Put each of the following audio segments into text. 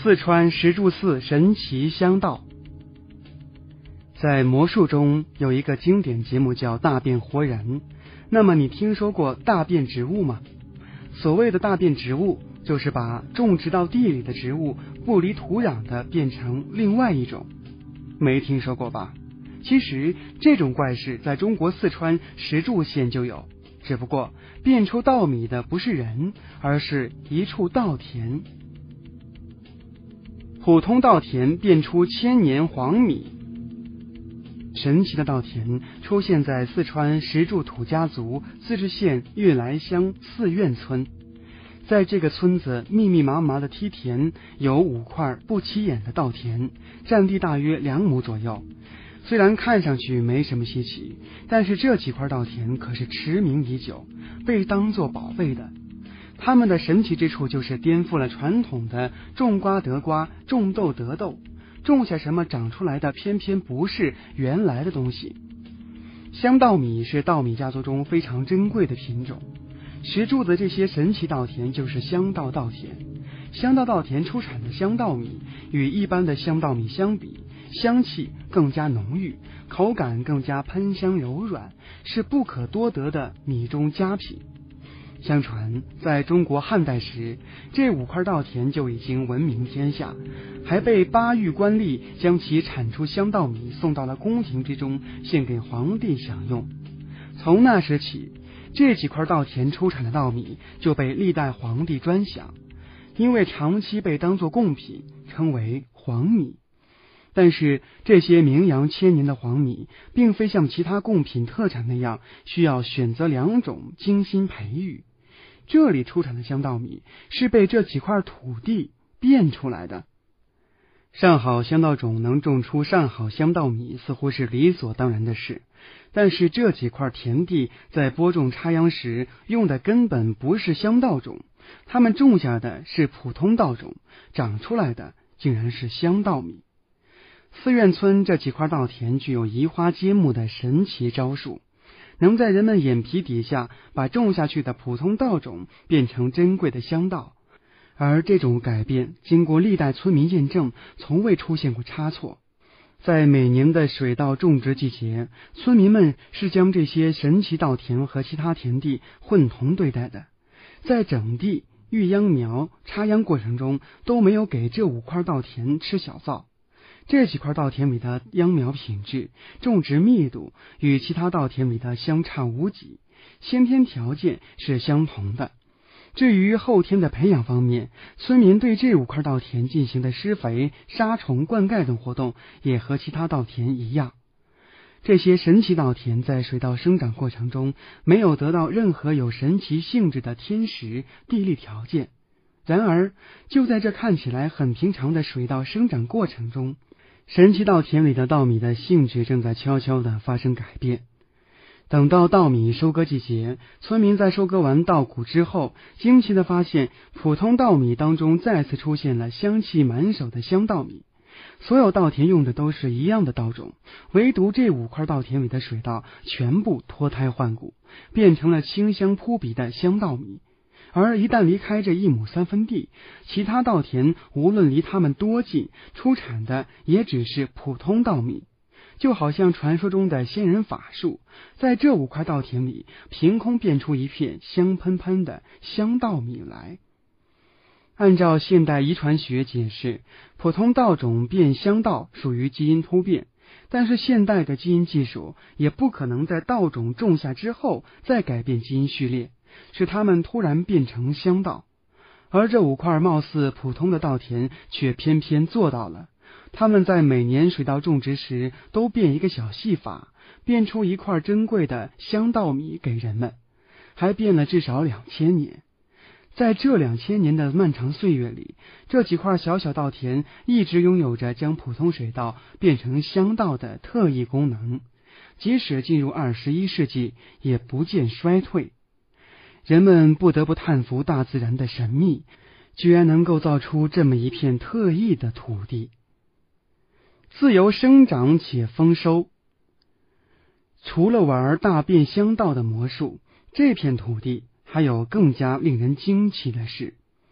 四川石柱寺神奇香道。在魔术中有一个经典节目叫大变活人，那么你听说过大变植物吗？所谓的大变植物，就是把种植到地里的植物不离土壤的变成另外一种，没听说过吧？其实这种怪事在中国四川石柱县就有，只不过变出稻米的不是人，而是一处稻田。普通稻田变出千年黄米。神奇的稻田出现在四川石柱土家族自治县悦来乡四院村。在这个村子密密麻麻的梯田有5块不起眼的稻田，占地大约2亩左右。虽然看上去没什么稀奇，但是这几块稻田可是驰名已久，被当作宝贝的。它们的神奇之处就是颠覆了传统的种瓜得瓜，种豆得豆，种下什么长出来的偏偏不是原来的东西。香稻米是稻米家族中非常珍贵的品种，石柱的这些神奇稻田就是香稻稻田。香稻稻田出产的香稻米与一般的香稻米相比，香气更加浓郁，口感更加喷香柔软，是不可多得的米中佳品。相传在中国汉代时，这5块稻田就已经闻名天下，还被巴育官吏将其产出香稻米送到了宫廷之中，献给皇帝享用。从那时起，这几块稻田出产的稻米就被历代皇帝专享，因为长期被当作贡品，称为黄米。但是这些名扬千年的黄米，并非像其他贡品特产那样需要选择2种精心培育。这里出产的香稻米是被这几块土地变出来的。上好香稻种能种出上好香稻米，似乎是理所当然的事。但是这几块田地在播种插秧时用的根本不是香稻种，他们种下的是普通稻种，长出来的竟然是香稻米。四院村这几块稻田具有移花接木的神奇招数，能在人们眼皮底下把种下去的普通稻种变成珍贵的香稻，而这种改变经过历代村民验证，从未出现过差错。在每年的水稻种植季节，村民们是将这些神奇稻田和其他田地混同对待的，在整地、育秧苗、插秧过程中都没有给这5块稻田吃小灶。这几块稻田里的秧苗品质、种植密度与其他稻田里的相差无几，先天条件是相同的。至于后天的培养方面，村民对这5块稻田进行的施肥、杀虫、灌溉等活动也和其他稻田一样。这些神奇稻田在水稻生长过程中没有得到任何有神奇性质的天时、地利条件。然而，就在这看起来很平常的水稻生长过程中，神奇稻田里的稻米的性质正在悄悄地发生改变。等到稻米收割季节，村民在收割完稻谷之后，惊奇地发现普通稻米当中再次出现了香气满手的香稻米。所有稻田用的都是一样的稻种，唯独这5块稻田里的水稻全部脱胎换骨，变成了清香扑鼻的香稻米。而一旦离开这1亩3分地，其他稻田无论离它们多近，出产的也只是普通稻米。就好像传说中的仙人法术，在这5块稻田里凭空变出一片香喷喷的香稻米来。按照现代遗传学解释，普通稻种变香稻属于基因突变，但是现代的基因技术也不可能在稻种种下之后再改变基因序列，使它们突然变成香稻。而这5块貌似普通的稻田却偏偏做到了。他们在每年水稻种植时都变一个小戏法，变出一块珍贵的香稻米给人们，还变了至少2000年。在这2000年的漫长岁月里，这几块小小稻田一直拥有着将普通水稻变成香稻的特异功能，即使进入21世纪也不见衰退。人们不得不叹服大自然的神秘，居然能够造出这么一片特异的土地。自由生长且丰收。除了玩大变香稻的魔术，这片土地还有更加令人惊奇的事。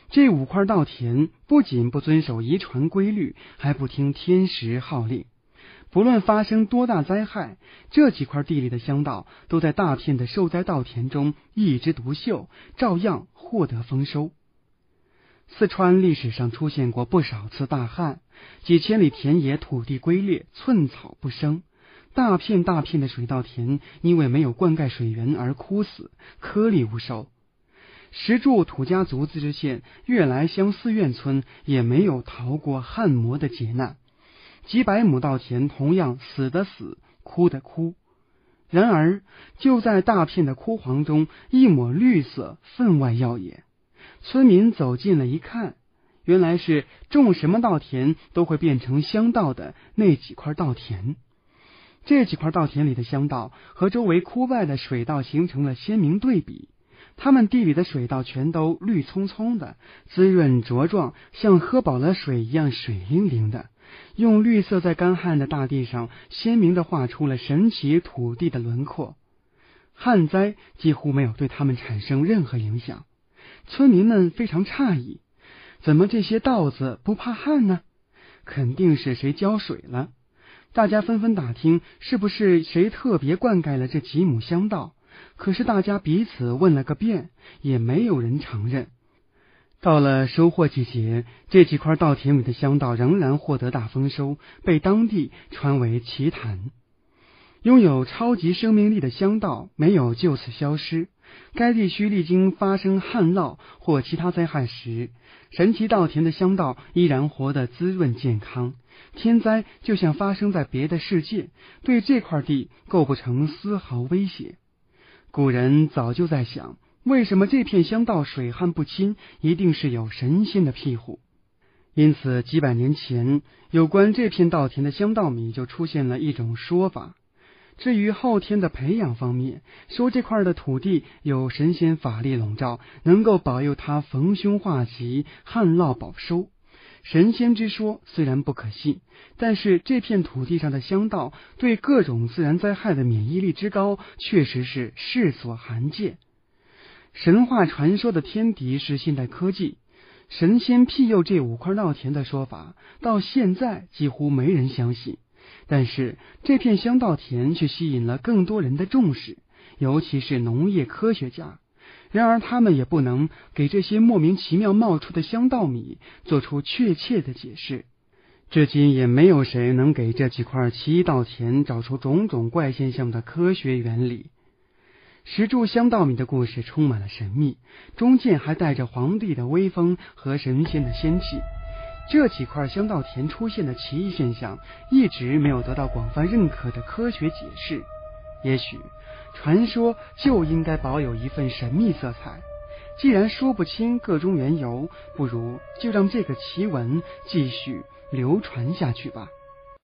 这5块稻田不仅不遵守遗传规律，还不听天时号令。不论发生多大灾害，这几块地里的乡道都在大片的受灾稻田中一枝独秀，照样获得丰收。四川历史上出现过不少次大旱，几千里田野土地龟裂，寸草不生，大片大片的水稻田因为没有灌溉水源而枯死，颗粒无收。石柱土家族自治县悦来乡四院村也没有逃过旱魔的劫难，几百亩稻田同样死的死，枯的枯。然而就在大片的枯黄中，一抹绿色分外耀眼。村民走近了一看，原来是种什么稻田都会变成乡道的那几块稻田。这几块稻田里的乡道和周围枯败的水稻形成了鲜明对比，他们地里的水稻全都绿葱葱的，滋润茁壮，像喝饱了水一样水灵灵的，用绿色在干旱的大地上鲜明地画出了神奇土地的轮廓。旱灾几乎没有对他们产生任何影响。村民们非常诧异，怎么这些稻子不怕旱呢？肯定是谁浇水了。大家纷纷打听是不是谁特别灌溉了这几亩乡道，可是大家彼此问了个遍，也没有人承认。到了收获季节，这几块稻田里的乡道仍然获得大丰收，被当地传为奇谈。拥有超级生命力的乡道没有就此消失，该地区历经发生旱涝或其他灾害时，神奇稻田的乡道依然活得滋润健康，天灾就像发生在别的世界，对这块地构不成丝毫威胁。古人早就在想，为什么这片乡道水旱不侵，一定是有神仙的庇护。因此几百年前，有关这片稻田的乡道米就出现了一种说法。至于后天的培养方面，说这块的土地有神仙法力笼罩，能够保佑它逢凶化吉，旱涝保收。神仙之说虽然不可信，但是这片土地上的乡道对各种自然灾害的免疫力之高，确实是世所罕见。神话传说的天敌是现代科技，神仙庇佑这5块稻田的说法，到现在几乎没人相信。但是这片乡稻田却吸引了更多人的重视，尤其是农业科学家。然而他们也不能给这些莫名其妙冒出的乡稻米做出确切的解释，至今也没有谁能给这几块奇异稻田找出种种怪现象的科学原理。石柱乡稻米的故事充满了神秘，中间还带着皇帝的威风和神仙的仙气。这几块乡稻田出现的奇异现象一直没有得到广泛认可的科学解释，也许传说就应该保有一份神秘色彩。既然说不清个中缘由，不如就让这个奇闻继续流传下去吧。